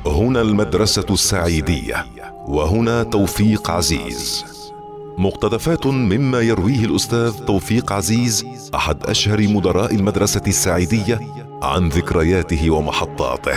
هنا المدرسة السعيدية، وهنا توفيق عزيز. مقتطفات مما يرويه الأستاذ توفيق عزيز أحد أشهر مدراء المدرسة السعيدية عن ذكرياته ومحطاته.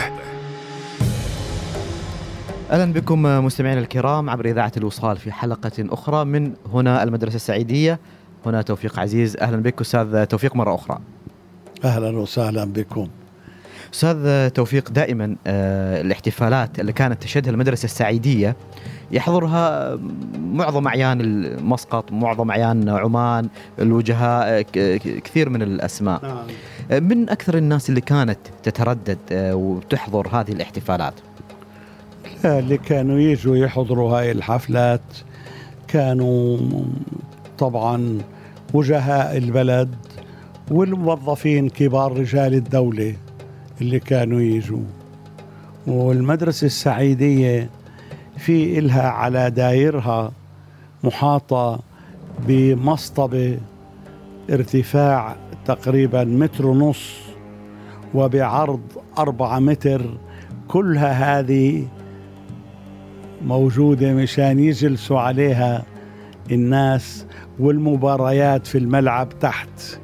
أهلا بكم مستمعينا الكرام عبر إذاعة الوصال في حلقة أخرى من هنا المدرسة السعيدية. هنا توفيق عزيز، أهلا بك أستاذ توفيق مرة أخرى. أهلا وسهلا بكم أستاذ توفيق. دائما الاحتفالات اللي كانت تشهدها المدرسة السعيدية يحضرها معظم أعيان مسقط، معظم أعيان عمان، الوجهاء، كثير من الأسماء. من أكثر الناس اللي كانت تتردد وتحضر هذه الاحتفالات؟ اللي كانوا يجوا يحضروا هاي الحفلات كانوا طبعا وجهاء البلد والموظفين كبار رجال الدولة اللي كانوا يجوا. والمدرسة السعيدية في إلها على دايرها محاطة بمصطبة ارتفاع تقريبا 1.5 متر وبعرض 4 متر. كلها هذه موجودة مشان يجلسوا عليها الناس، والمباريات في الملعب تحت.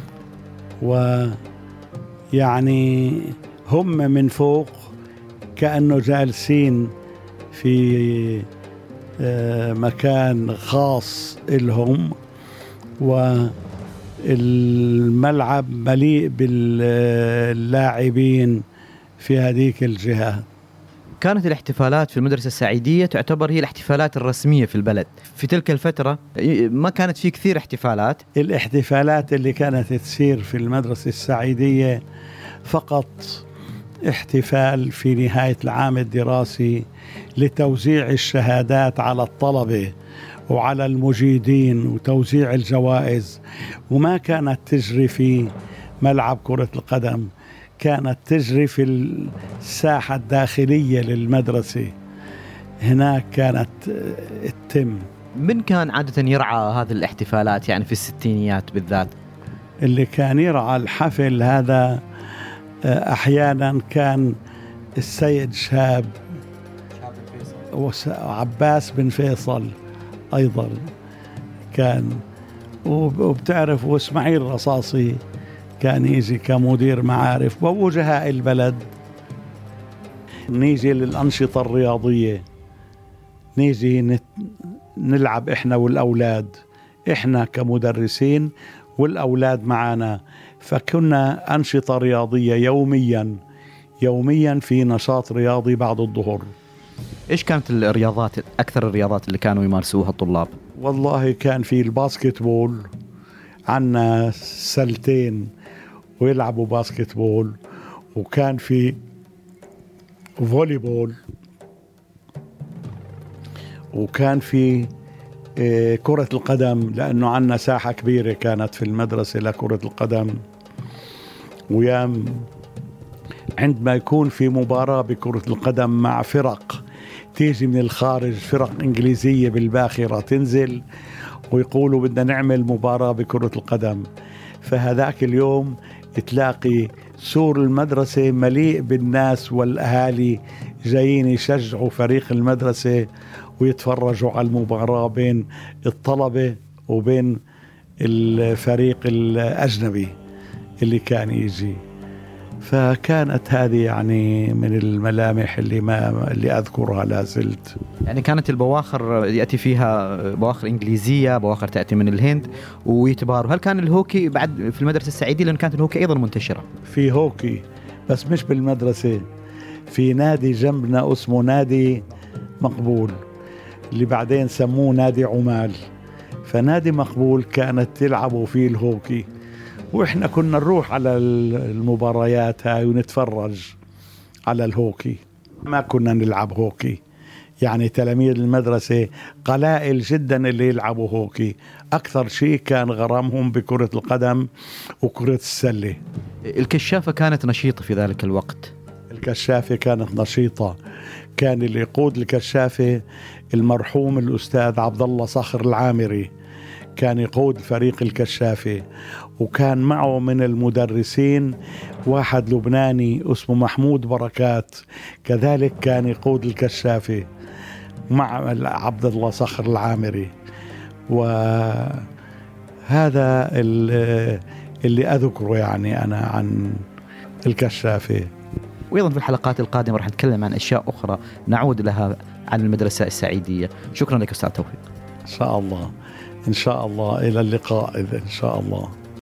ويعني هم من فوق كأنه جالسين في مكان خاص لهم، والملعب مليء باللاعبين في هذيك الجهة. كانت الاحتفالات في المدرسة السعيدية تعتبر هي الاحتفالات الرسمية في البلد. في تلك الفترة ما كانت في كثير احتفالات. الاحتفالات اللي كانت تصير في المدرسة السعيدية فقط احتفال في نهاية العام الدراسي لتوزيع الشهادات على الطلبة وعلى المجيدين وتوزيع الجوائز، وما كانت تجري في ملعب كرة القدم، كانت تجري في الساحة الداخلية للمدرسة. هناك كانت التم. من كان عادة يرعى هذه الاحتفالات يعني في الستينيات بالذات؟ اللي كان يرعى الحفل هذا أحيانا كان السيد شاب وعباس بن فيصل أيضا كان، وبتعرف واسماعيل رصاصي كان يجي كمدير معارف، ووجهاء البلد. نيجي للأنشطة الرياضية، نيجي نلعب إحنا والأولاد، إحنا كمدرسين والأولاد معنا. فكنا أنشطة رياضية يوميا في نشاط رياضي بعد الظهر. إيش كانت الرياضات، أكثر الرياضات اللي كانوا يمارسوها الطلاب؟ والله كان في الباسكت بول، عنا سلتين ويلعبوا باسكت بول، وكان في فولي بول، وكان في كرة القدم، لأنه عنا ساحة كبيرة كانت في المدرسة لكرة القدم. ويام عندما يكون في مباراة بكرة القدم مع فرق تيجي من الخارج، فرق إنجليزية بالباخرة تنزل ويقولوا بدنا نعمل مباراة بكرة القدم، فهذاك اليوم تلاقي سور المدرسة مليء بالناس والأهالي جايين يشجعوا فريق المدرسة ويتفرجوا على المباراة بين الطلبة وبين الفريق الأجنبي اللي كان يجي. فكانت هذه يعني من الملامح اللي أذكرها لا زلت. يعني كانت البواخر يأتي فيها بواخر إنجليزية، بواخر تأتي من الهند ويتباروا. هل كان الهوكي بعد في المدرسة السعيدية؟ لأن كانت الهوكي أيضا منتشرة. في هوكي بس مش بالمدرسة، في نادي جنبنا اسمه نادي مقبول اللي بعدين سموه نادي عمال. فنادي مقبول كانت تلعبوا فيه الهوكي، وإحنا كنا نروح على المباريات هاي ونتفرج على الهوكي. ما كنا نلعب هوكي، يعني تلاميذ المدرسة قلائل جدا اللي يلعبوا هوكي. أكثر شيء كان غرامهم بكرة القدم وكرة السلة. الكشافة كانت نشيطة في ذلك الوقت. الكشافة كانت نشيطة. كان اللي يقود الكشافة المرحوم الأستاذ عبد الله صخر العامري، كان يقود فريق الكشافة، وكان معه من المدرسين واحد لبناني اسمه محمود بركات، كذلك كان يقود الكشافة مع عبد الله صخر العامري. وهذا اللي أذكره يعني أنا عن الكشافة. وأيضا في الحلقات القادمة راح نتكلم عن أشياء أخرى نعود لها عن المدرسة السعيدية. شكرا لك أستاذ توفيق. إن شاء الله، إن شاء الله، إلى اللقاء إذا إن شاء الله.